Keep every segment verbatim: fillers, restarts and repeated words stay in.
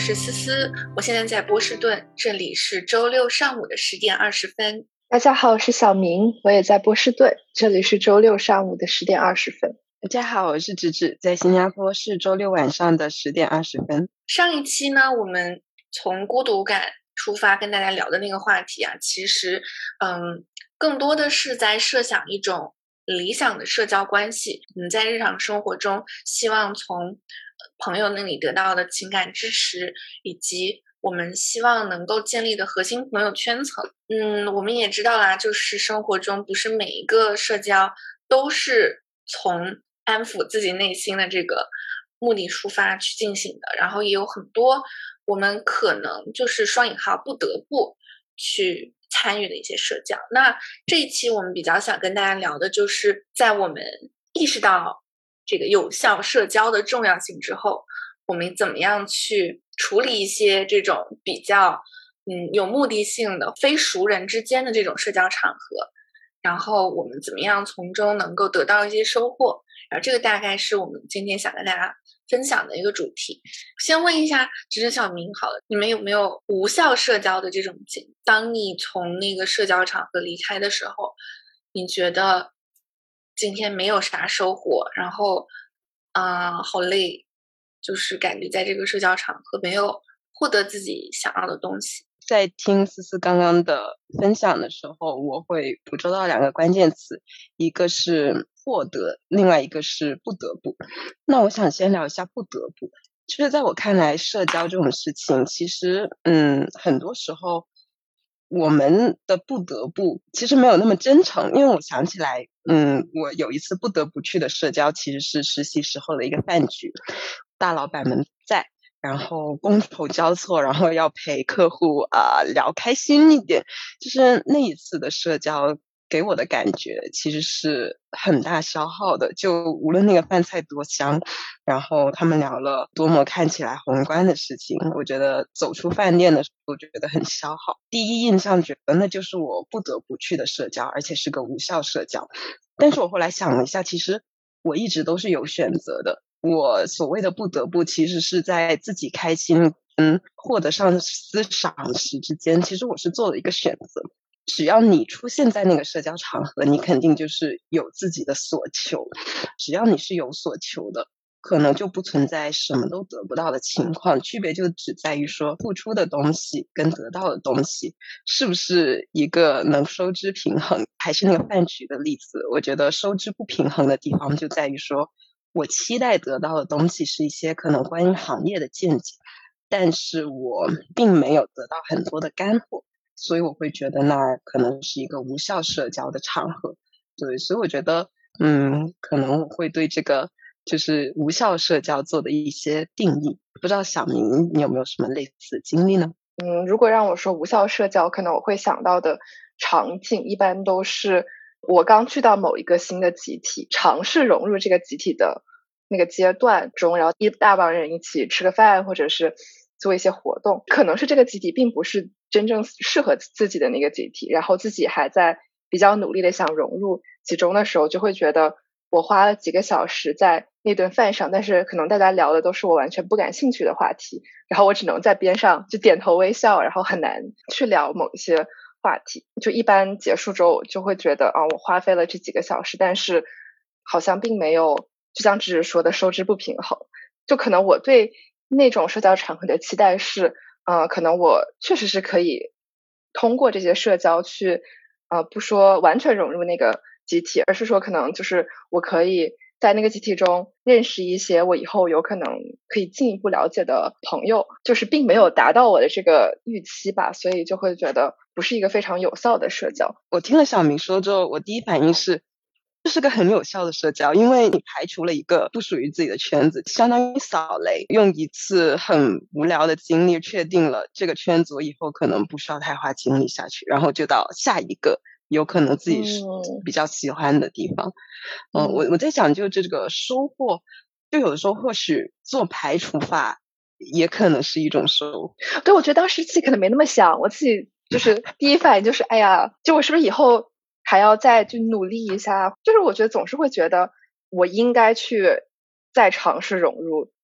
是思思，我现在在波士顿，这里是周六上午的十点二十分。 大家好，我是小明，我也在波士顿，这里是周六上午的十点二十分。 大家好，我是芷芷，在新加坡是周六晚上的十点二十分。 上一期呢，我们从孤独感出发跟大家聊的那个话题啊，其实嗯，更多的是在设想一种理想的社交关系。我们在日常生活中希望从朋友那里得到的情感支持，以及我们希望能够建立的核心朋友圈层。嗯，我们也知道啦，就是生活中不是每一个社交都是从安抚自己内心的这个目的出发去进行的，然后也有很多我们可能就是双引号不得不去参与的一些社交。那这一期我们比较想跟大家聊的就是在我们意识到这个有效社交的重要性之后，我们怎么样去处理一些这种比较嗯有目的性的非熟人之间的这种社交场合，然后我们怎么样从中能够得到一些收获。然后这个大概是我们今天想跟大家分享的一个主题。先问一下芷芷小明好了，你们有没有无效社交的这种经历？当你从那个社交场合离开的时候，你觉得今天没有啥收获，然后啊、呃、好累，就是感觉在这个社交场合没有获得自己想要的东西。 在听思思刚刚的分享的时候，我会捕捉到两个关键词，一个是获得，另外一个是不得不。那我想先聊一下不得不。就是在我看来，社交这种事情，其实嗯，很多时候我们的不得不其实没有那么真诚。因为我想起来，嗯，我有一次不得不去的社交，其实是实习时候的一个饭局，大老板们在，然后觥筹交错，然后要陪客户啊、呃、聊开心一点。就是那一次的社交给我的感觉其实是很大消耗的，就无论那个饭菜多香，然后他们聊了多么看起来宏观的事情，我觉得走出饭店的时候觉得很消耗。第一印象觉得那就是我不得不去的社交，而且是个无效社交。但是我后来想了一下，其实我一直都是有选择的。我所谓的不得不，其实是在自己开心跟获得上司赏识之间，其实我是做了一个选择。只要你出现在那个社交场合，你肯定就是有自己的所求。只要你是有所求的，可能就不存在什么都得不到的情况，区别就只在于说付出的东西跟得到的东西是不是一个能收支平衡。还是那个饭局的例子，我觉得收支不平衡的地方就在于说，我期待得到的东西是一些可能关于行业的见解，但是我并没有得到很多的干货，所以我会觉得那可能是一个无效社交的场合。对，所以我觉得嗯，可能我会对这个就是无效社交做的一些定义。不知道小明你有没有什么类似的经历呢？ 嗯，如果让我说无效社交，可能我会想到的场景一般都是我刚去到某一个新的集体，尝试融入这个集体的那个阶段中，然后一大帮人一起吃个饭，或者是做一些活动。可能是这个集体并不是真正适合自己的那个集体，然后自己还在比较努力的想融入其中的时候，就会觉得我花了几个小时在那顿饭上，但是可能大家聊的都是我完全不感兴趣的话题，然后我只能在边上就点头微笑，然后很难去聊某一些话题。就一般结束之后就会觉得啊，我花费了这几个小时，但是好像并没有就像芷芷说的收支不平衡。就可能我对那种社交场合的期待是呃，可能我确实是可以通过这些社交去呃，不说完全融入那个集体，而是说可能就是我可以在那个集体中认识一些我以后有可能可以进一步了解的朋友，就是并没有达到我的这个预期吧，所以就会觉得不是一个非常有效的社交。 我听了小明说之后，我第一反应是这是个很有效的社交，因为你排除了一个不属于自己的圈子，相当于扫雷，用一次很无聊的经历确定了这个圈子我以后可能不需要太花精力下去，然后就到下一个有可能自己是比较喜欢的地方。嗯，呃、我我在想就这个收获，就有的时候或许做排除法也可能是一种收获。 对，我觉得当时自己可能没那么想，我自己就是第一反应就是哎呀，就我是不是以后还要再去努力一下，就是我觉得总是会觉得我应该去再尝试融入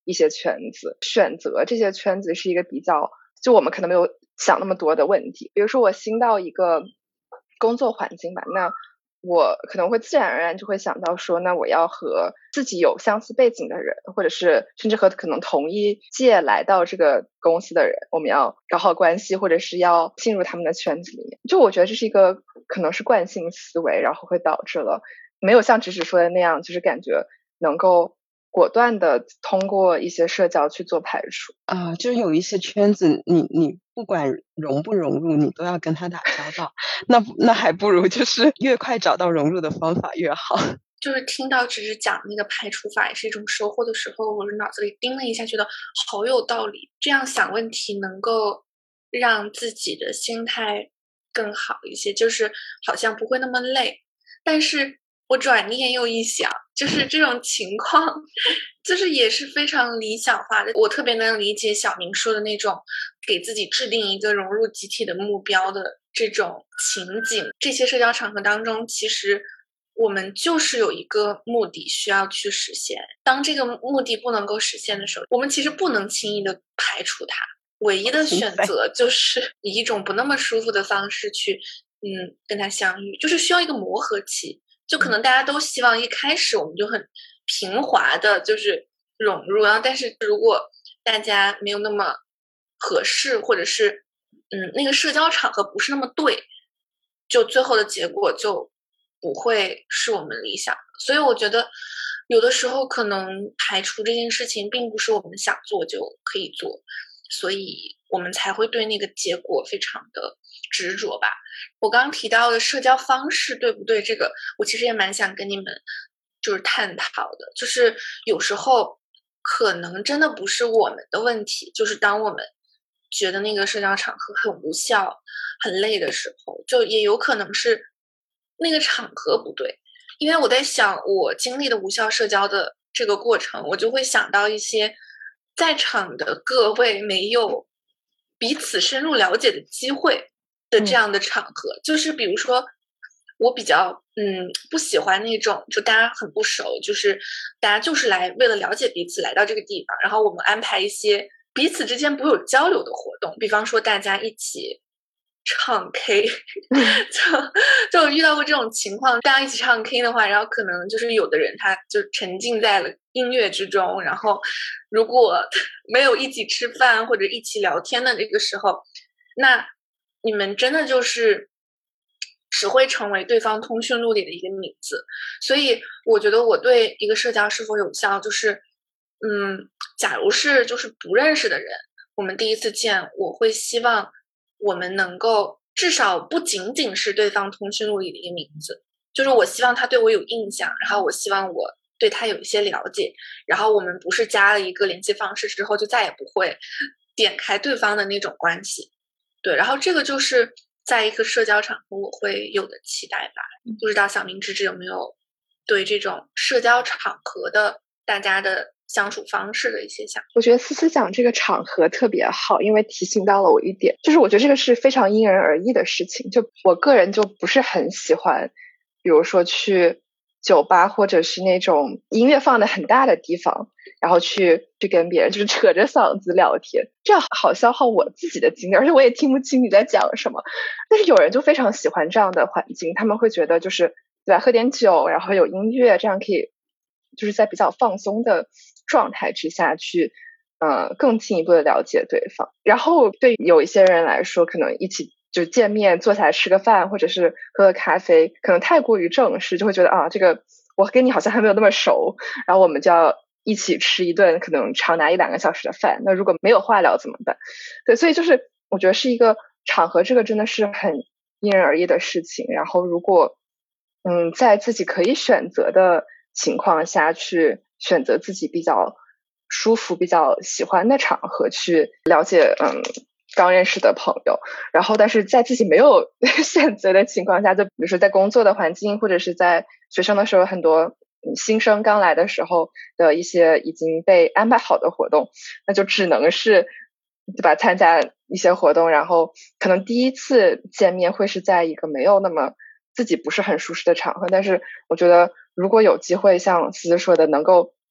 一些圈子，选择这些圈子是一个比较就我们可能没有想那么多的问题。比如说我新到一个工作环境吧，那我可能会自然而然就会想到说，那我要和自己有相似背景的人，或者是甚至和可能同一届来到这个公司的人，我们要搞好关系，或者是要进入他们的圈子里面。就我觉得这是一个可能是惯性思维，然后会导致了没有像芷芷说的那样，就是感觉能够果断的通过一些社交去做排除啊，就是有一些圈子你你不管融不融入，你都要跟他打交道，那那还不如就是越快找到融入的方法越好。 就是听到芷芷讲那个排除法也是一种收获的时候，我脑子里叮了一下，觉得好有道理。这样想问题能够让自己的心态更好一些，就是好像不会那么累。但是我转念又一想，就是这种情况就是也是非常理想化的。我特别能理解小明说的那种给自己制定一个融入集体的目标的这种情景。这些社交场合当中，其实我们就是有一个目的需要去实现，当这个目的不能够实现的时候，我们其实不能轻易的排除它，唯一的选择就是以一种不那么舒服的方式去嗯跟他相遇，就是需要一个磨合期。就可能大家都希望一开始我们就很平滑的就是融入，然后但是如果大家没有那么合适，或者是嗯那个社交场合不是那么对，就最后的结果就不会是我们理想的。所以我觉得有的时候可能排除这件事情并不是我们想做就可以做，所以我们才会对那个结果非常的执着吧。我刚刚提到的社交方式对不对，这个我其实也蛮想跟你们就是探讨的。就是有时候可能真的不是我们的问题，就是当我们觉得那个社交场合很无效很累的时候，就也有可能是那个场合不对。因为我在想我经历的无效社交的这个过程，我就会想到一些在场的各位没有彼此深入了解的机会的这样的场合。嗯、就是比如说我比较嗯不喜欢那种就大家很不熟，就是大家就是来为了了解彼此来到这个地方，然后我们安排一些彼此之间不有交流的活动，比方说大家一起唱 K 就就遇到过这种情况，大家一起唱 K 的话，然后可能就是有的人他就沉浸在了音乐之中，然后如果没有一起吃饭或者一起聊天的这个时候，那你们真的就是只会成为对方通讯录里的一个名字。所以我觉得我对一个社交是否有效，就是嗯，假如是就是不认识的人，我们第一次见，我会希望我们能够至少不仅仅是对方通讯录里的一个名字，就是我希望他对我有印象，然后我希望我对他有一些了解，然后我们不是加了一个联系方式之后就再也不会点开对方的那种关系。对，然后这个就是在一个社交场合我会有的期待吧。不知道小明芝芝有没有对这种社交场合的大家的相处方式的一些想法。 我觉得思思讲这个场合特别好，因为提醒到了我一点，就是我觉得这个是非常因人而异的事情。就我个人就不是很喜欢，比如说去酒吧或者是那种音乐放的很大的地方，然后去去跟别人就是扯着嗓子聊天，这样好消耗我自己的精力，而且我也听不清你在讲什么。但是有人就非常喜欢这样的环境，他们会觉得就是对吧，喝点酒，然后有音乐，这样可以就是在比较放松的状态之下去呃更进一步的了解对方。然后对有一些人来说，可能一起就见面坐下来吃个饭或者是喝个咖啡可能太过于正式，就会觉得啊这个我跟你好像还没有那么熟，然后我们就要一起吃一顿可能长达一两个小时的饭，那如果没有话聊怎么办？对，所以就是我觉得是一个场合，这个真的是很因人而异的事情。然后如果嗯在自己可以选择的情况下去选择自己比较舒服比较喜欢的场合去了解嗯刚认识的朋友，然后但是在自己没有选择的情况下，就比如说在工作的环境或者是在学生的时候，很多新生刚来的时候的一些已经被安排好的活动，那就只能是对吧参加一些活动，然后可能第一次见面会是在一个没有那么自己不是很舒适的场合，但是我觉得如果有机会像思思说的能够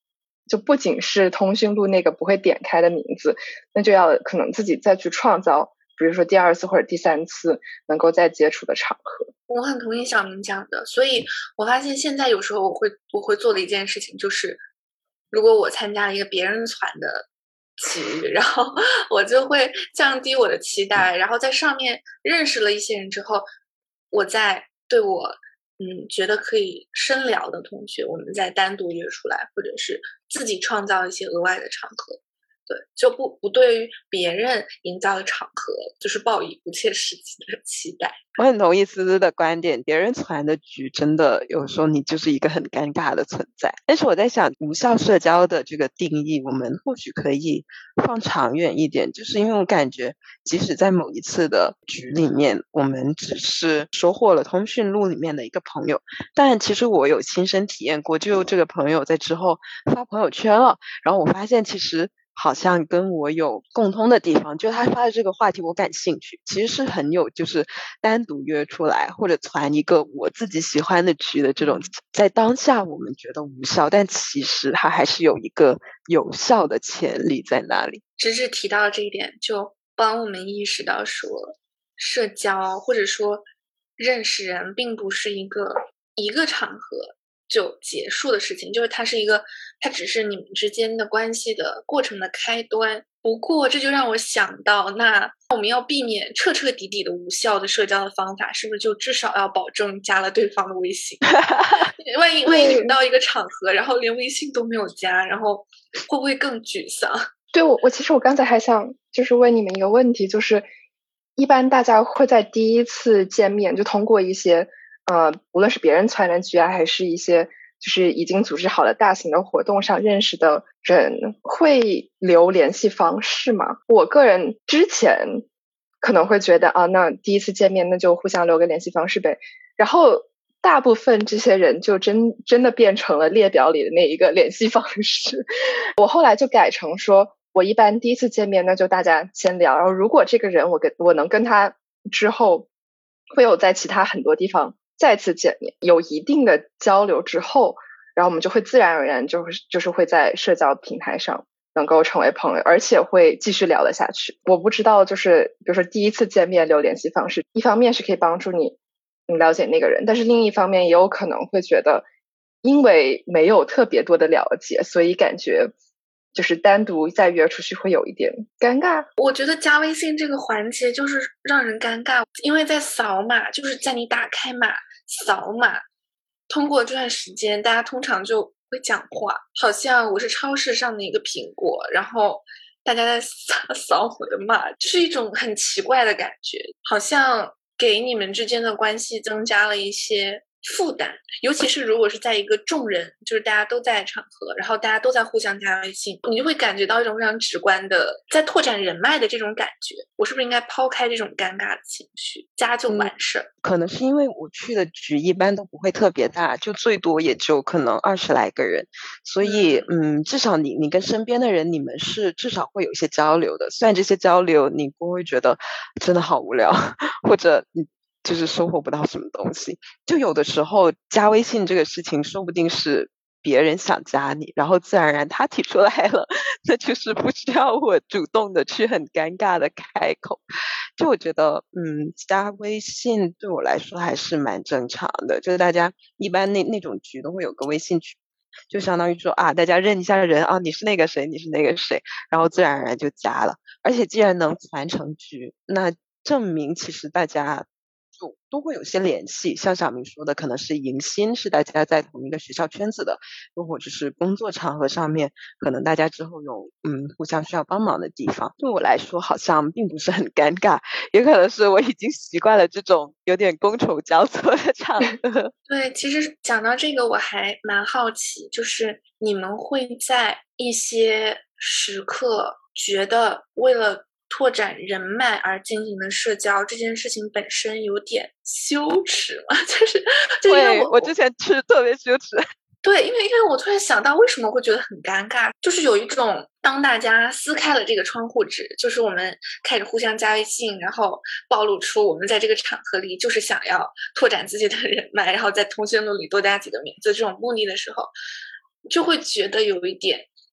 就不仅是通讯录那个不会点开的名字，那就要可能自己再去创造，比如说第二次或者第三次能够再接触的场合。 我很同意小明讲的，所以我发现现在有时候我会我会做的一件事情就是，如果我参加了一个别人传的局，然后我就会降低我的期待，然后在上面认识了一些人之后，我再对我嗯觉得可以深聊的同学，我们再单独约出来，或者是自己创造一些额外的场合。对，就不不对于别人营造的场合，就是抱以不切实际的期待。 我很同意思思的观点，别人传的局真的有时候你就是一个很尴尬的存在。但是我在想，无效社交的这个定义，我们或许可以放长远一点，就是因为我感觉，即使在某一次的局里面，我们只是收获了通讯录里面的一个朋友，但其实我有亲身体验过，就这个朋友在之后发朋友圈了，然后我发现其实好像跟我有共通的地方，就是他发的这个话题我感兴趣，其实是很有就是单独约出来或者传一个我自己喜欢的局的这种，在当下我们觉得无效，但其实它还是有一个有效的潜力在那里。 直至提到这一点，就帮我们意识到说，社交或者说认识人并不是一个一个场合就结束的事情，就是它是一个，它只是你们之间的关系的过程的开端。不过这就让我想到，那我们要避免彻彻底底的无效的社交的方法，是不是就至少要保证加了对方的微信？万一万一你到一个场合，然后连微信都没有加，然后会不会更沮丧？ 对，我我其实我刚才还想就是问你们一个问题，就是一般大家会在第一次见面就通过一些呃，无论是别人传的局啊，还是一些就是已经组织好了大型的活动上认识的人，会留联系方式吗？我个人之前可能会觉得啊，那第一次见面那就互相留个联系方式呗，然后大部分这些人就真真的变成了列表里的那一个联系方式。我后来就改成说，我一般第一次见面那就大家先聊，然后如果这个人我跟我能跟他之后会有在其他很多地方再次见面，有一定的交流之后，然后我们就会自然而然就是就是会在社交平台上能够成为朋友，而且会继续聊得下去。我不知道就是比如说第一次见面留联系方式，一方面是可以帮助你你了解那个人，但是另一方面也有可能会觉得因为没有特别多的了解，所以感觉就是单独再约出去会有一点尴尬。 我觉得加微信这个环节就是让人尴尬，因为在扫码，就是在你打开码扫码，通过这段时间，大家通常就会讲话，好像我是超市上的一个苹果，然后大家在扫扫我的码，就是一种很奇怪的感觉，好像给你们之间的关系增加了一些负担，尤其是如果是在一个众人，就是大家都在场合，然后大家都在互相加微信，你就会感觉到一种非常直观的在拓展人脉的这种感觉。我是不是应该抛开这种尴尬的情绪，加就完事儿？ 嗯，可能是因为我去的局一般都不会特别大，就最多也就可能二十来个人，所以嗯, 嗯，至少你你跟身边的人，你们是至少会有一些交流的。虽然这些交流你不会觉得真的好无聊，或者你就是收获不到什么东西，就有的时候加微信这个事情，说不定是别人想加你，然后自然而然他提出来了，那就是不需要我主动的去很尴尬的开口。就我觉得嗯，加微信对我来说还是蛮正常的，就是大家一般那那种局都会有个微信群，就相当于说啊，大家认一下人啊，你是那个谁，你是那个谁，然后自然而然就加了。而且既然能传成局，那证明其实大家就都会有些联系，像小明说的，可能是迎新，是大家在同一个学校圈子的，又或者是工作场合上面，可能大家之后有嗯互相需要帮忙的地方。对我来说好像并不是很尴尬，也可能是我已经习惯了这种有点觥筹交错的场合。 对，其实讲到这个我还蛮好奇，就是你们会在一些时刻觉得为了拓展人脉而进行的社交这件事情本身有点羞耻吗？就是就因为我我之前是特别羞耻。 对，因为因为我突然想到为什么会觉得很尴尬，就是有一种当大家撕开了这个窗户纸，就是我们开始互相加微信，然后暴露出我们在这个场合里就是想要拓展自己的人脉，然后在通讯录里多加几个名字这种目的的时候，就会觉得有一点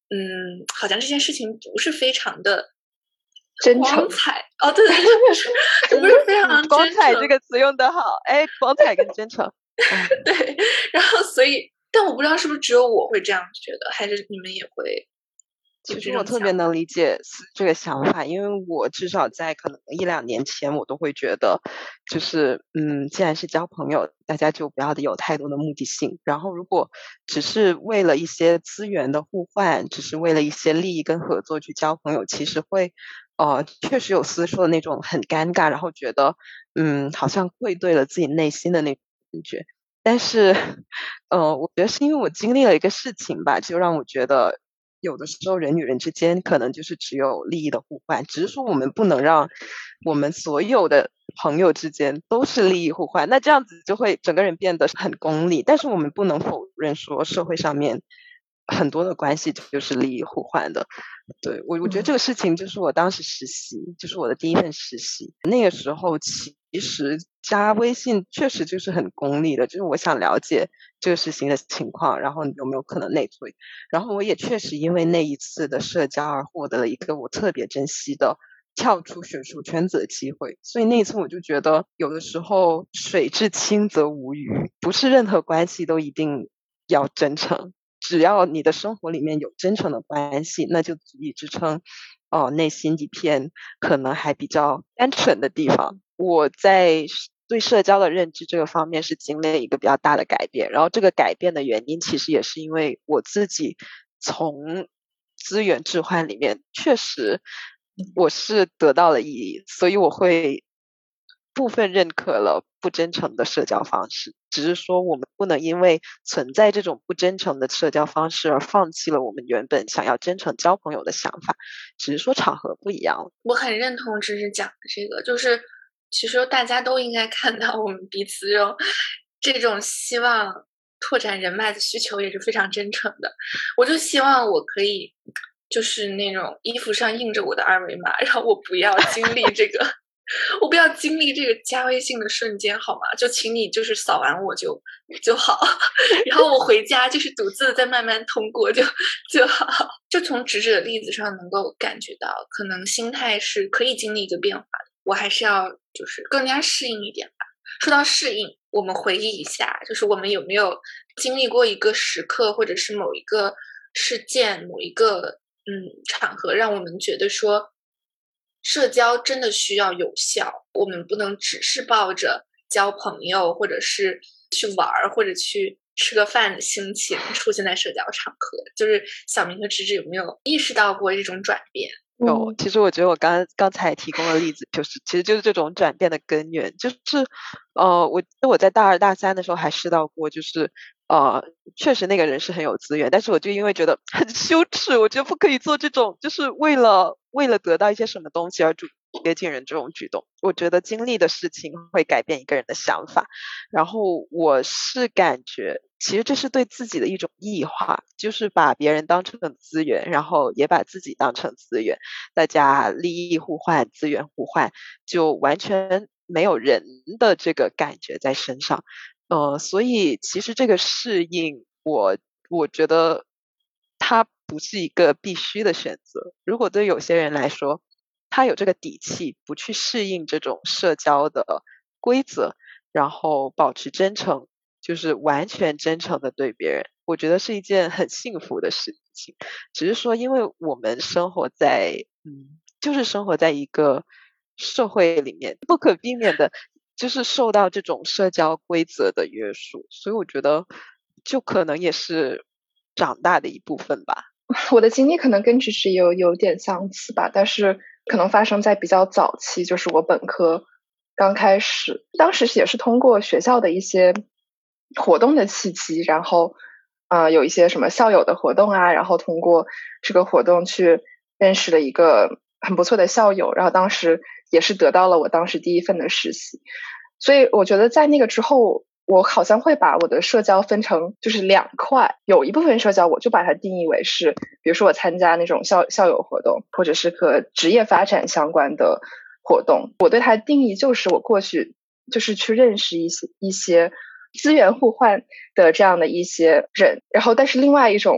嗯，好像这件事情不是非常的真诚光彩哦，对对对，不是不是非常真诚。 光彩这个词用得好，哎，光彩跟真诚， 嗯、对，然后所以，但我不知道是不是只有我会这样觉得，还是你们也会。 其实我特别能理解这个想法，因为我至少在可能一两年前，我都会觉得，就是嗯，既然是交朋友，大家就不要有太多的目的性。然后，如果只是为了一些资源的互换，只是为了一些利益跟合作去交朋友，其实会，呃，确实有思说的那种很尴尬，然后觉得嗯，好像愧对了自己内心的那种感觉。但是，呃，我觉得是因为我经历了一个事情吧，就让我觉得。有的时候人与人之间可能就是只有利益的互换，只是说我们不能让我们所有的朋友之间都是利益互换，那这样子就会整个人变得很功利。但是我们不能否认说社会上面很多的关系就是利益互换的。对，我我觉得这个事情就是我当时实习，就是我的第一份实习，那个时候其实加微信确实就是很功利的，就是我想了解这个事情的情况，然后有没有可能内推。然后我也确实因为那一次的社交而获得了一个我特别珍惜的跳出学术圈子的机会。所以那一次我就觉得有的时候水至清则无鱼，不是任何关系都一定要真诚，只要你的生活里面有真诚的关系，那就足以支撑哦内心一片可能还比较单纯的地方。我在对社交的认知这个方面是经历了一个比较大的改变，然后这个改变的原因其实也是因为我自己从资源置换里面确实我是得到了意义，所以我会部分认可了不真诚的社交方式，只是说我们不能因为存在这种不真诚的社交方式而放弃了我们原本想要真诚交朋友的想法，只是说场合不一样了。 我很认同芝芝讲的这个，就是其实大家都应该看到我们彼此这种这种希望拓展人脉的需求也是非常真诚的。我就希望我可以就是那种衣服上印着我的二维码，然后我不要经历这个我不要经历这个加微信的瞬间好吗？就请你就是扫完我就就好，然后我回家就是独自再慢慢通过就就好。就从直指的例子上能够感觉到，可能心态是可以经历一个变化的。我还是要就是更加适应一点吧。说到适应，我们回忆一下，就是我们有没有经历过一个时刻，或者是某一个事件、某一个嗯场合，让我们觉得说。社交真的需要有效，我们不能只是抱着交朋友或者是去玩或者去吃个饭的心情出现在社交场合。就是小明和芝芝有没有意识到过这种转变？ 有，其实我觉得我刚刚才提供的例子就是，其实就是这种转变的根源，就是呃，我我在大二大三的时候还试到过，就是呃，确实那个人是很有资源，但是我就因为觉得很羞耻，我觉得不可以做这种，就是为了为了得到一些什么东西而主接近人这种举动。我觉得经历的事情会改变一个人的想法，然后我是感觉。其实这是对自己的一种异化，就是把别人当成资源，然后也把自己当成资源，大家利益互换、资源互换，就完全没有人的这个感觉在身上。呃，所以其实这个适应，我我觉得它不是一个必须的选择。如果对有些人来说，他有这个底气，不去适应这种社交的规则，然后保持真诚。就是完全真诚的对别人，我觉得是一件很幸福的事情。只是说，因为我们生活在，嗯，就是生活在一个社会里面，不可避免的，就是受到这种社交规则的约束，所以我觉得，就可能也是长大的一部分吧。 我的经历可能跟芝芝有有点相似吧，但是可能发生在比较早期，就是我本科刚开始，当时也是通过学校的一些。活动的契机，然后呃有一些什么校友的活动啊，然后通过这个活动去认识了一个很不错的校友，然后当时也是得到了我当时第一份的实习。所以我觉得在那个之后，我好像会把我的社交分成就是两块，有一部分社交我就把它定义为是，比如说我参加那种校校友活动，或者是和职业发展相关的活动，我对它的定义就是我过去就是去认识一些一些资源互换的这样的一些人，然后但是另外一种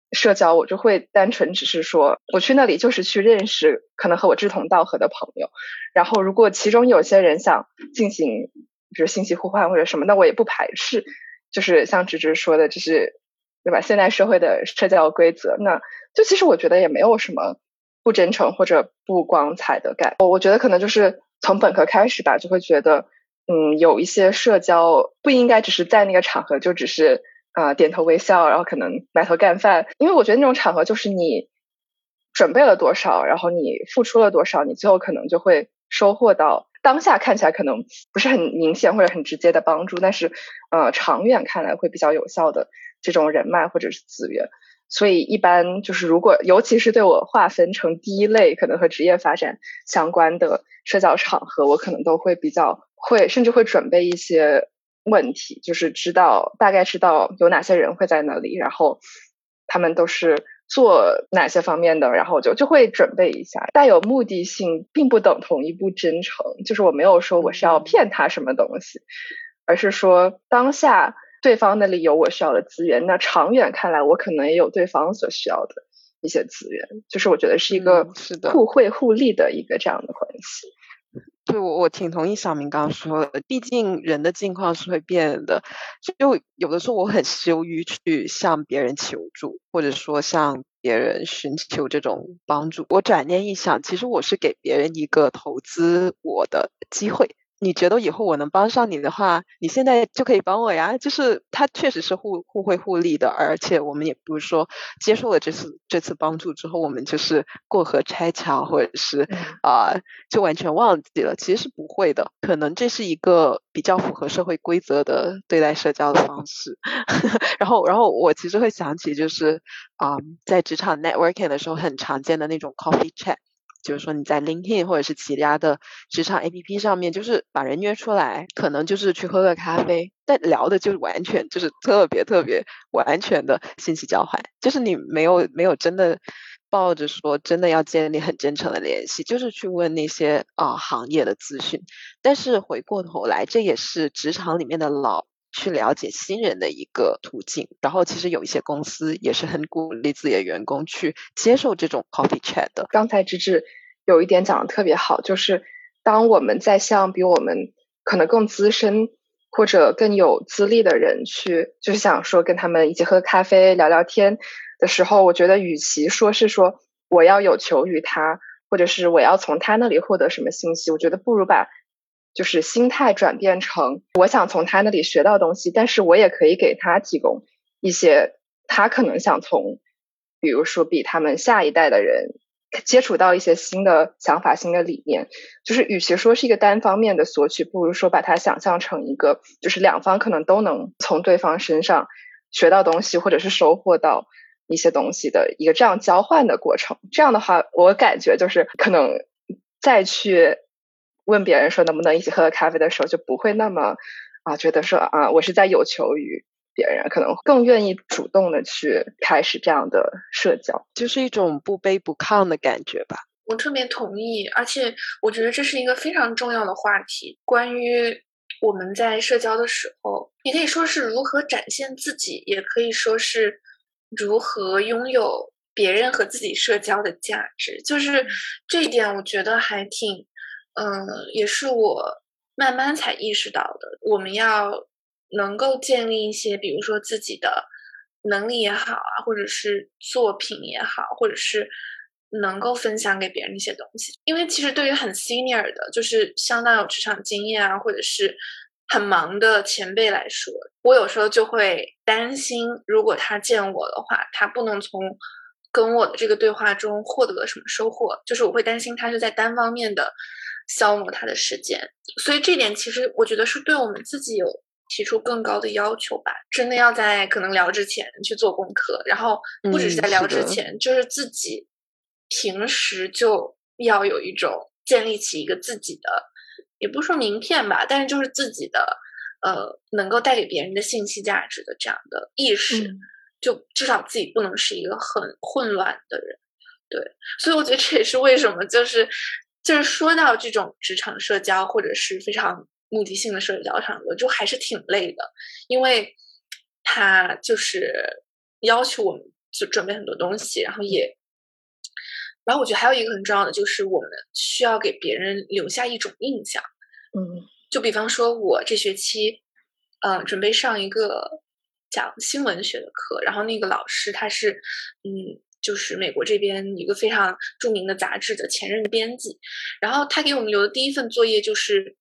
社交，我就会单纯只是说我去那里就是去认识可能和我志同道合的朋友，然后如果其中有些人想进行比如信息互换或者什么，那我也不排斥，就是像芝芝说的，就是对吧，现代社会的社交规则，那就其实我觉得也没有什么不真诚或者不光彩的感，我觉得可能就是从本科开始吧，就会觉得嗯，有一些社交不应该只是在那个场合就只是呃点头微笑，然后可能埋头干饭，因为我觉得那种场合就是你准备了多少，然后你付出了多少，你最后可能就会收获到当下看起来可能不是很明显或者很直接的帮助，但是呃长远看来会比较有效的这种人脉或者是资源。所以一般就是如果尤其是对我划分成第一类可能和职业发展相关的社交场合，我可能都会比较会甚至会准备一些问题，就是知道大概知道有哪些人会在那里，然后他们都是做哪些方面的，然后就就会准备一下。带有目的性并不等同于不真诚，就是我没有说我是要骗他什么东西，而是说当下对方那里有我需要的资源，那长远看来我可能也有对方所需要的一些资源，就是我觉得是一个互惠互利的一个这样的关系。 对，我我挺同意小明刚刚说的，毕竟人的境况是会变的，就有的时候我很羞于去向别人求助，或者说向别人寻求这种帮助。我转念一想，其实我是给别人一个投资我的机会。你觉得以后我能帮上你的话，你现在就可以帮我呀，就是它确实是互互惠互利的，而且我们也不是说接受了这次这次帮助之后，我们就是过河拆桥，或者是啊、呃、就完全忘记了，其实是不会的。可能这是一个比较符合社会规则的对待社交的方式。然后然后我其实会想起就是啊、呃、在职场 networking 的时候很常见的那种 coffee chat。就是说你在 LinkedIn 或者是其他的职场 A P P 上面，就是把人约出来，可能就是去喝个咖啡，但聊的就是完全就是特别特别完全的信息交换，就是你没有没有真的抱着说真的要建立很真诚的联系，就是去问那些啊、呃、行业的资讯。但是回过头来，这也是职场里面的老去了解新人的一个途径，然后其实有一些公司也是很鼓励自己的员工去接受这种 coffee chat 的。 刚才芝芝有一点讲的特别好，就是当我们在向比我们可能更资深或者更有资历的人去，就是想说跟他们一起喝咖啡聊聊天的时候，我觉得与其说是说我要有求于他，或者是我要从他那里获得什么信息，我觉得不如把就是心态转变成我想从他那里学到东西，但是我也可以给他提供一些他可能想从比如说比他们下一代的人接触到一些新的想法、新的理念，就是与其说是一个单方面的索取，不如说把它想象成一个就是两方可能都能从对方身上学到东西，或者是收获到一些东西的一个这样交换的过程。这样的话，我感觉就是可能再去问别人说能不能一起喝个咖啡的时候，就不会那么啊觉得说啊我是在有求于别人，可能更愿意主动的去开始这样的社交， 就是一种不卑不亢的感觉吧。 我特别同意，而且我觉得这是一个非常重要的话题，关于我们在社交的时候，也可以说是如何展现自己，也可以说是如何拥有别人和自己社交的价值。就是这一点，我觉得还挺，嗯，也是我慢慢才意识到的。我们要能够建立一些，比如说自己的能力也好啊，或者是作品也好，或者是能够分享给别人一些东西。因为其实对于很 senior 的，就是相当有职场经验啊，或者是很忙的前辈来说，我有时候就会担心，如果他见我的话，他不能从跟我的这个对话中获得什么收获，就是我会担心他是在单方面的消磨他的时间。所以这点其实我觉得是对我们自己有提出更高的要求吧，真的要在可能聊之前去做功课，然后不只是在聊之前，嗯、就是自己平时就要有一种建立起一个自己的，也不是说名片吧，但是就是自己的呃能够带给别人的信息价值的这样的意识，嗯、就至少自己不能是一个很混乱的人。对，所以我觉得这也是为什么就是就是说到这种职场社交或者是非常目的性的社交场合，就还是挺累的，因为它就是要求我们就准备很多东西，然后也，然后我觉得还有一个很重要的就是我们需要给别人留下一种印象。 嗯， 就比方说我这学期呃准备上一个讲新闻学的课，然后那个老师他是嗯就是美国这边一个非常著名的杂志的前任编辑，然后他给我们留的第一份作业就是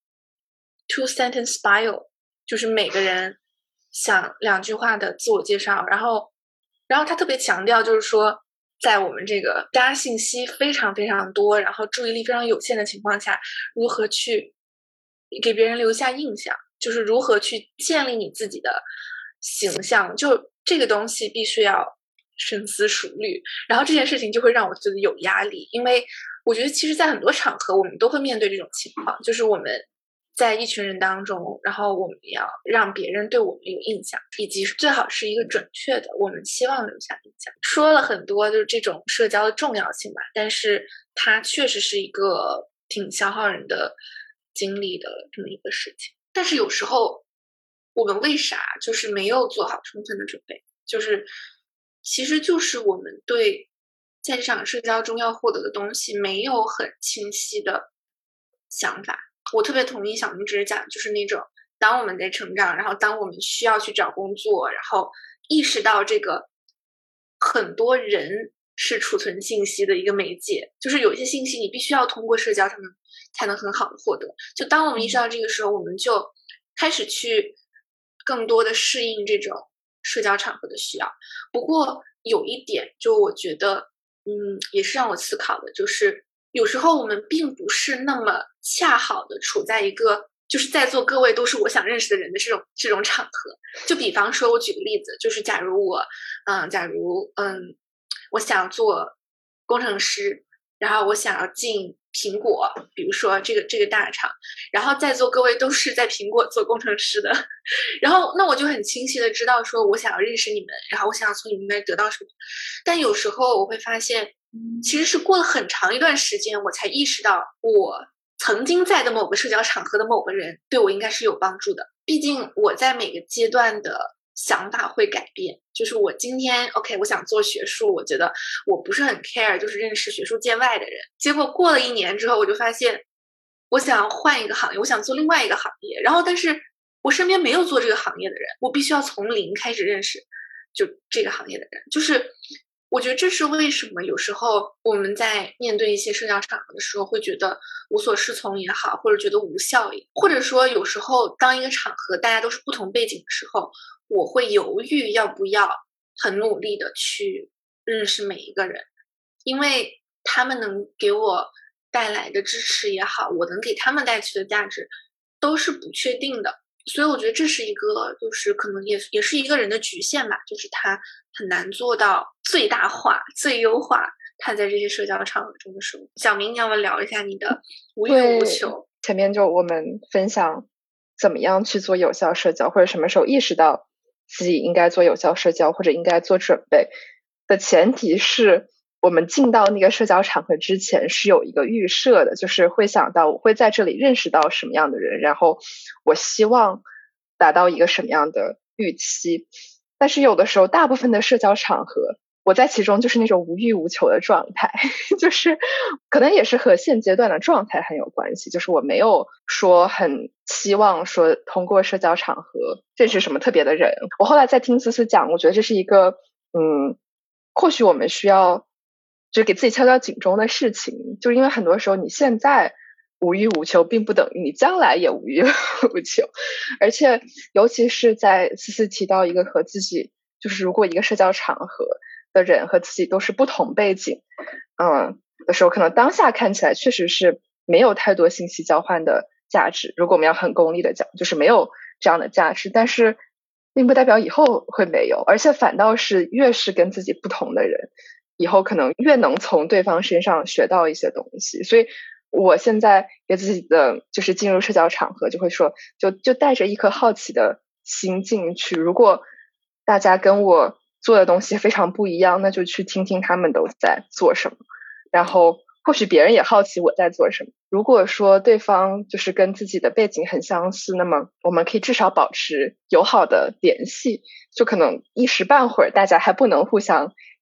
two sentence bio， 就是每个人想两句话的自我介绍，然后然后他特别强调就是说在我们这个大家信息非常非常多，然后注意力非常有限的情况下，如何去给别人留下印象，就是如何去建立你自己的形象，就这个东西必须要深思熟虑。然后这件事情就会让我觉得有压力，因为我觉得其实在很多场合我们都会面对这种情况，就是我们在一群人当中，然后我们要让别人对我们有印象，以及最好是一个准确的我们希望留下印象。说了很多就是这种社交的重要性吧，但是它确实是一个挺消耗人的精力的这么一个事情。但是有时候我们为啥就是没有做好充分的准备，就是其实就是我们对在这场社交中要获得的东西没有很清晰的想法。我特别同意小明只是讲，就是那种当我们在成长，然后当我们需要去找工作，然后意识到这个很多人是储存信息的一个媒介，就是有一些信息你必须要通过社交才能才能很好的获得。就当我们意识到这个时候，我们就开始去更多的适应这种社交场合的需要。不过有一点，就我觉得，嗯，也是让我思考的，就是有时候我们并不是那么恰好的处在一个就是在座各位都是我想认识的人的这种这种场合。就比方说我举个例子，就是假如我嗯假如嗯我想做工程师，然后我想要进苹果，比如说这个这个大厂，然后在座各位都是在苹果做工程师的，然后那我就很清晰的知道说我想要认识你们，然后我想要从你们那得到什么。但有时候我会发现其实是过了很长一段时间我才意识到我曾经在的某个社交场合的某个人对我应该是有帮助的。毕竟我在每个阶段的想法会改变，就是我今天 OK 我想做学术，我觉得我不是很 care 就是认识学术界外的人，结果过了一年之后我就发现我想换一个行业，我想做另外一个行业，然后但是我身边没有做这个行业的人，我必须要从零开始认识就这个行业的人。就是我觉得这是为什么有时候我们在面对一些社交场合的时候会觉得无所适从也好，或者觉得无效也，或者说有时候当一个场合大家都是不同背景的时候，我会犹豫要不要很努力的去认识每一个人，因为他们能给我带来的支持也好，我能给他们带去的价值都是不确定的。所以我觉得这是一个就是可能也也是一个人的局限吧，就是他很难做到最大化最优化他在这些社交场合中的生活。小明，你要不要聊一下你的无欲无求？ 前面就我们分享怎么样去做有效社交，或者什么时候意识到自己应该做有效社交或者应该做准备的前提是我们进到那个社交场合之前是有一个预设的，就是会想到我会在这里认识到什么样的人，然后我希望达到一个什么样的预期。但是有的时候大部分的社交场合我在其中就是那种无欲无求的状态，就是可能也是和现阶段的状态很有关系，就是我没有说很期望说通过社交场合认识什么特别的人。我后来在听思思讲，我觉得这是一个嗯，或许我们需要就是给自己敲敲警钟的事情，就是因为很多时候你现在无欲无求并不等于你将来也无欲无求。而且尤其是在思思提到一个和自己就是如果一个社交场合的人和自己都是不同背景嗯的时候，可能当下看起来确实是没有太多信息交换的价值，如果我们要很功利的讲就是没有这样的价值，但是并不代表以后会没有，而且反倒是越是跟自己不同的人以后可能越能从对方身上学到一些东西。所以我现在给自己的就是进入社交场合就会说就就带着一颗好奇的心进去，如果大家跟我做的东西非常不一样，那就去听听他们都在做什么，然后或许别人也好奇我在做什么。如果说对方就是跟自己的背景很相似，那么我们可以至少保持友好的联系，就可能一时半会儿大家还不能互相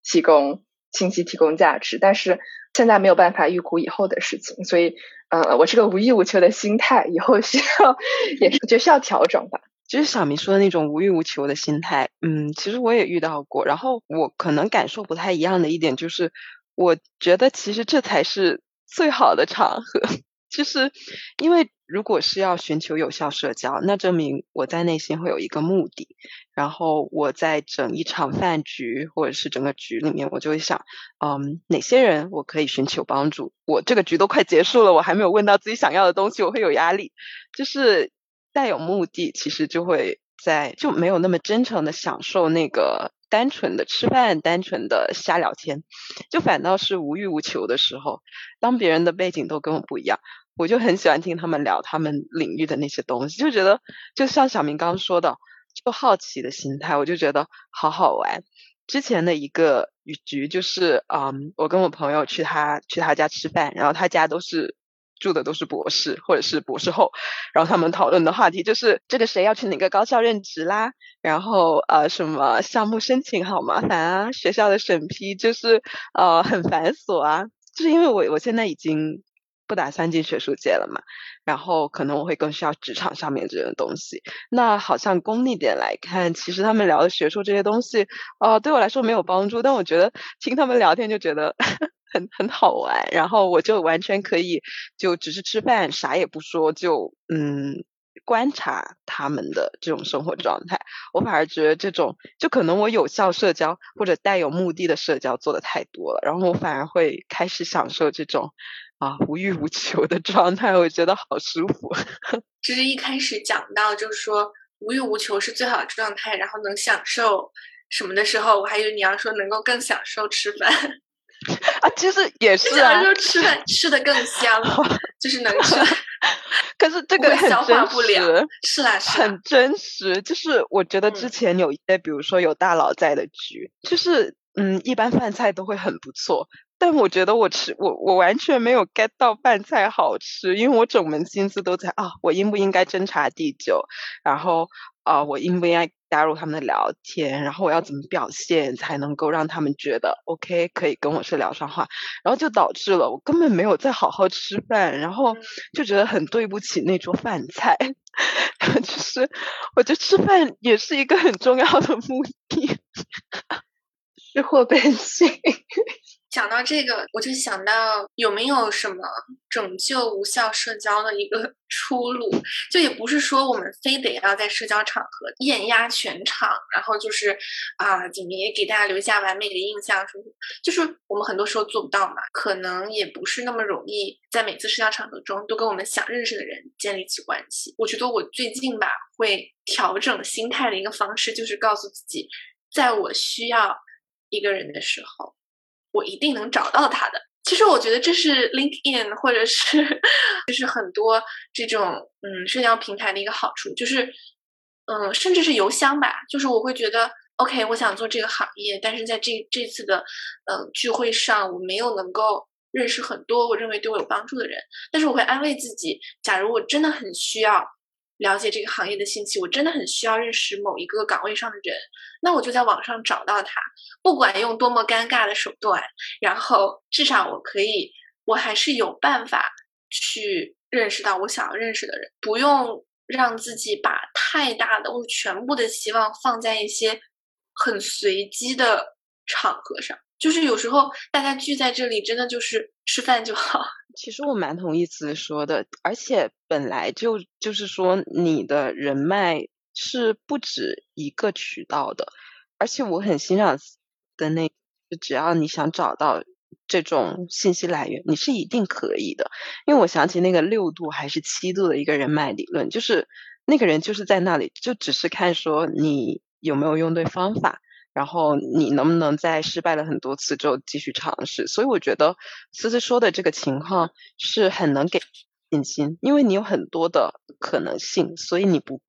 提供信息、提供价值，但是现在没有办法预估以后的事情，所以呃，我这个无欲无求的心态以后需要也是我觉得需要调整吧。 就是小明说的那种无欲无求的心态，嗯，其实我也遇到过。然后我可能感受不太一样的一点就是，我觉得其实这才是最好的场合。就是因为如果是要寻求有效社交，那证明我在内心会有一个目的，然后我在整一场饭局或者是整个局里面，我就会想，嗯，哪些人我可以寻求帮助？我这个局都快结束了，我还没有问到自己想要的东西，我会有压力。就是带有目的，其实就会在就没有那么真诚的享受那个单纯的吃饭，单纯的瞎聊天，就反倒是无欲无求的时候，当别人的背景都跟我不一样，我就很喜欢听他们聊他们领域的那些东西，就觉得就像小明刚刚说的，就好奇的心态，我就觉得好好玩。之前的一个局就是，嗯，我跟我朋友去他去他家吃饭，然后他家都是住的都是博士或者是博士后，然后他们讨论的话题就是这个谁要去哪个高校任职啦，然后呃什么项目申请好麻烦啊，学校的审批就是呃很繁琐啊，就是因为我我现在已经不打算进学术界了嘛，然后可能我会更需要职场上面这种东西。那好像功利点来看，其实他们聊的学术这些东西，呃，对我来说没有帮助，但我觉得听他们聊天就觉得很很好玩，然后我就完全可以就只是吃饭，啥也不说，就嗯观察他们的这种生活状态。我反而觉得这种就可能我有效社交或者带有目的的社交做的太多了，然后我反而会开始享受这种啊无欲无求的状态，我觉得好舒服。 这是一开始讲到就是说无欲无求是最好的状态，然后能享受什么的时候，我还以为你要说能够更享受吃饭。 啊，其实也是啊， 享受吃饭吃的更香，就是能吃。 可是这个很消化真不了， 实， 是啦是啦， 很真实。就是我觉得之嗯前有一些，比如说有大佬在的局，就是嗯，一般饭菜都会很不错，但我觉得我吃我我完全没有 get 到饭菜好吃，因为我整门心思都在啊，我应不应该斟茶递酒，然后啊，我应不应该加入他们的聊天，然后我要怎么表现才能够让他们觉得 OK 可以跟我是聊上话，然后就导致了我根本没有在好好吃饭，然后就觉得很对不起那桌饭菜。就是我觉得吃饭也是一个很重要的目的。 吃货本性。 讲到这个，我就想到有没有什么拯救无效社交的一个出路？就也不是说我们非得要在社交场合艳压全场，然后就是啊，怎么也给大家留下完美的印象什么，就是我们很多时候做不到嘛，可能也不是那么容易在每次社交场合中都跟我们想认识的人建立起关系。我觉得我最近吧，会调整心态的一个方式，就是告诉自己，在我需要一个人的时候，我一定能找到他的。其实我觉得这是 LinkedIn 或者是就是很多这种嗯社交平台的一个好处，就是嗯甚至是邮箱吧，就是我会觉得 OK 我想做这个行业，但是在这这次的嗯聚会上我没有能够认识很多我认为对我有帮助的人，但是我会安慰自己，假如我真的很需要了解这个行业的信息，我真的很需要认识某一个岗位上的人，那我就在网上找到他，不管用多么尴尬的手段，然后至少我可以，我还是有办法去认识到我想要认识的人，不用让自己把太大的或全部的希望放在一些很随机的场合上。就是有时候大家聚在这里，真的就是吃饭就好。 其实我蛮同意思说的，而且本来就就是说你的人脉是不止一个渠道的，而且我很欣赏的那，只要你想找到这种信息来源，你是一定可以的。因为我想起那个六度还是七度的一个人脉理论，就是那个人就是在那里，就只是看说你有没有用对方法。然后你能不能在失败了很多次之后继续尝试？所以我觉得思思说的这个情况是很能给信心，因为你有很多的可能性，所以你不必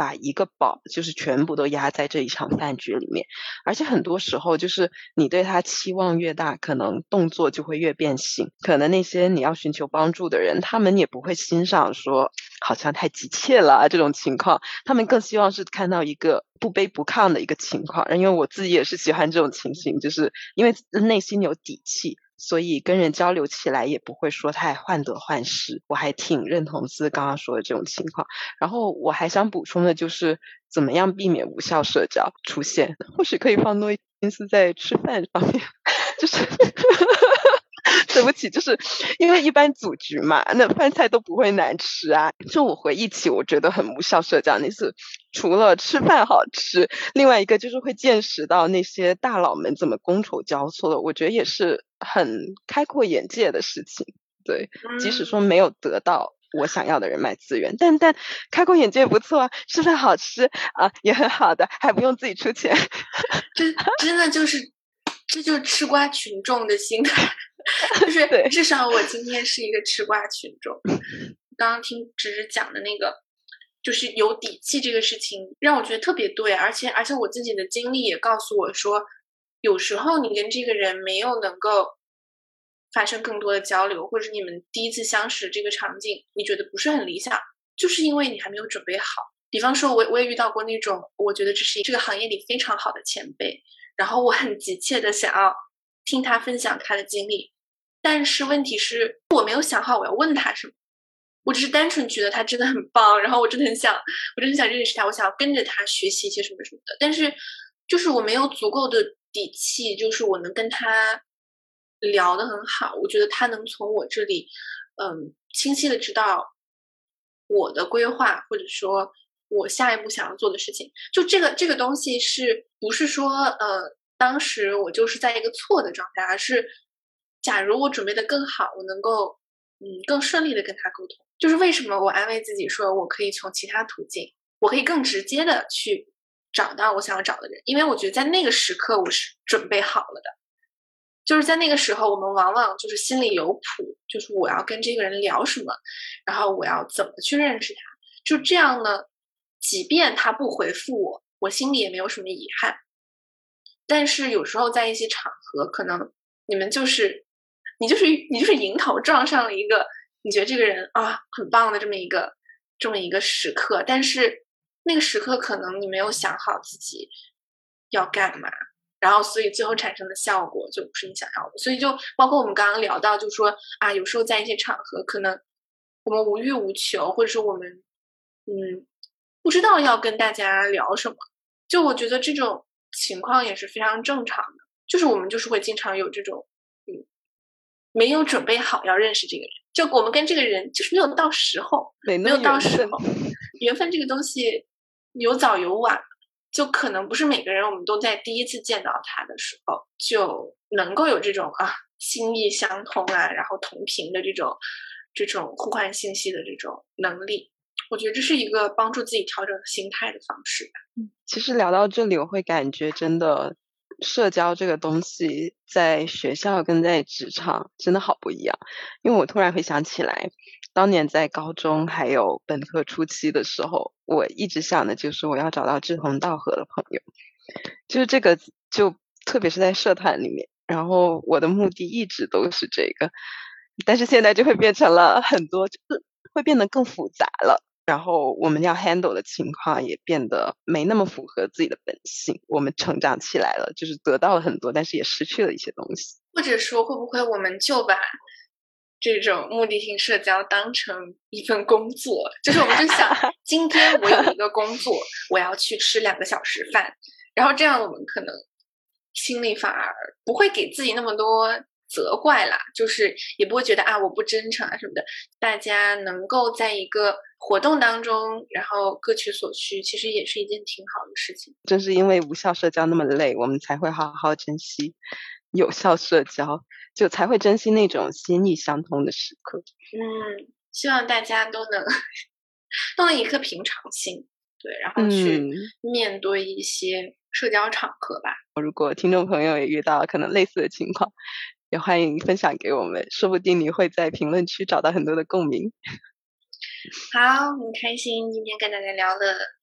把一个宝就是全部都压在这一场饭局里面，而且很多时候就是你对他期望越大，可能动作就会越变形，可能那些你要寻求帮助的人，他们也不会欣赏说好像太急切了啊这种情况，他们更希望是看到一个不卑不亢的一个情况。因为我自己也是喜欢这种情形，就是因为内心有底气，所以跟人交流起来也不会说太患得患失。我还挺认同思刚刚说的这种情况。然后我还想补充的就是怎么样避免无效社交出现，或许可以放多一心思在吃饭上面就是对不起，就是因为一般组局嘛，那饭菜都不会难吃啊。就我回忆起我觉得很无效社交那次，除了吃饭好吃，另外一个就是会见识到那些大佬们怎么觥筹交错的，我觉得也是很开阔眼界的事情。对，即使说没有得到我想要的人脉资源，但但开阔眼界不错啊，吃饭好吃啊，也很好的，还不用自己出钱。 这真的就是，这就是吃瓜群众的心态。就是至少我今天是一个吃瓜群众。刚刚听芝芝讲的那个，就是有底气这个事情，让我觉得特别对。而且而且我自己的经历也告诉我说，有时候你跟这个人没有能够发生更多的交流，或者你们第一次相识这个场景你觉得不是很理想，就是因为你还没有准备好。比方说我我也遇到过那种我觉得这是这个行业里非常好的前辈，然后我很急切的想要听他分享他的经历，但是问题是我没有想好我要问他什么，我只是单纯觉得他真的很棒，然后我真的很想我真的很想认识他，我想要跟着他学习一些什么什么的，但是就是我没有足够的底气，就是我能跟他聊得很好，我觉得他能从我这里嗯清晰的知道我的规划，或者说我下一步想要做的事情。就这个这个东西是不是说呃当时我就是在一个错的状态，而是假如我准备的更好，我能够嗯更顺利的跟他沟通。就是为什么我安慰自己说我可以从其他途径，我可以更直接的去找到我想要找的人，因为我觉得在那个时刻我是准备好了的。就是在那个时候我们往往就是心里有谱，就是我要跟这个人聊什么，然后我要怎么去认识他，就这样呢，即便他不回复我，我心里也没有什么遗憾。但是有时候在一些场合，可能你们就是你就是你就是迎头撞上了一个你觉得这个人啊很棒的这么一个这么一个时刻，但是那个时刻可能你没有想好自己要干嘛，然后所以最后产生的效果就不是你想要的。所以就包括我们刚刚聊到，就说啊，有时候在一些场合，可能我们无欲无求，或者说我们嗯不知道要跟大家聊什么，就我觉得这种情况也是非常正常的。就是我们就是会经常有这种嗯没有准备好要认识这个人，就我们跟这个人就是没有到时候， 没没有到时候，缘分这个东西有早有晚。就可能不是每个人我们都在第一次见到他的时候就能够有这种啊心意相通啊，然后同频的这种这种互换信息的这种能力。我觉得这是一个帮助自己调整心态的方式吧。 其实聊到这里，我会感觉真的社交这个东西在学校跟在职场真的好不一样。因为我突然回想起来，当年在高中还有本科初期的时候，我一直想的就是我要找到志同道合的朋友，就是这个就特别是在社团里面，然后我的目的一直都是这个，但是现在就会变成了很多，就是会变得更复杂了，然后我们要 handle 的情况也变得没那么符合自己的本性。我们成长起来了，就是得到了很多，但是也失去了一些东西。 或者说会不会我们就把这种目的性社交当成一份工作，就是我们就想今天我有一个工作，我要去吃两个小时饭，然后这样我们可能心里反而不会给自己那么多责怪啦，就是也不会觉得啊我不真诚啊什么的。大家能够在一个活动当中然后各取所需，其实也是一件挺好的事情。 正是因为无效社交那么累，我们才会好好珍惜有效社交，就才会珍惜那种心意相通的时刻。 嗯，希望大家都能都能一颗平常心，对，然后去面对一些社交场合吧。 嗯，如果听众朋友也遇到可能类似的情况，也欢迎分享给我们，说不定你会在评论区找到很多的共鸣。 好，很开心今天跟大家聊了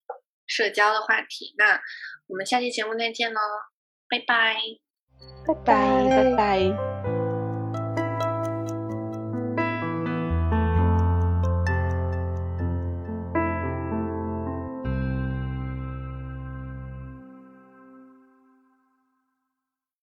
社交的话题。那我们下期节目再见喽，拜拜， 拜拜拜拜。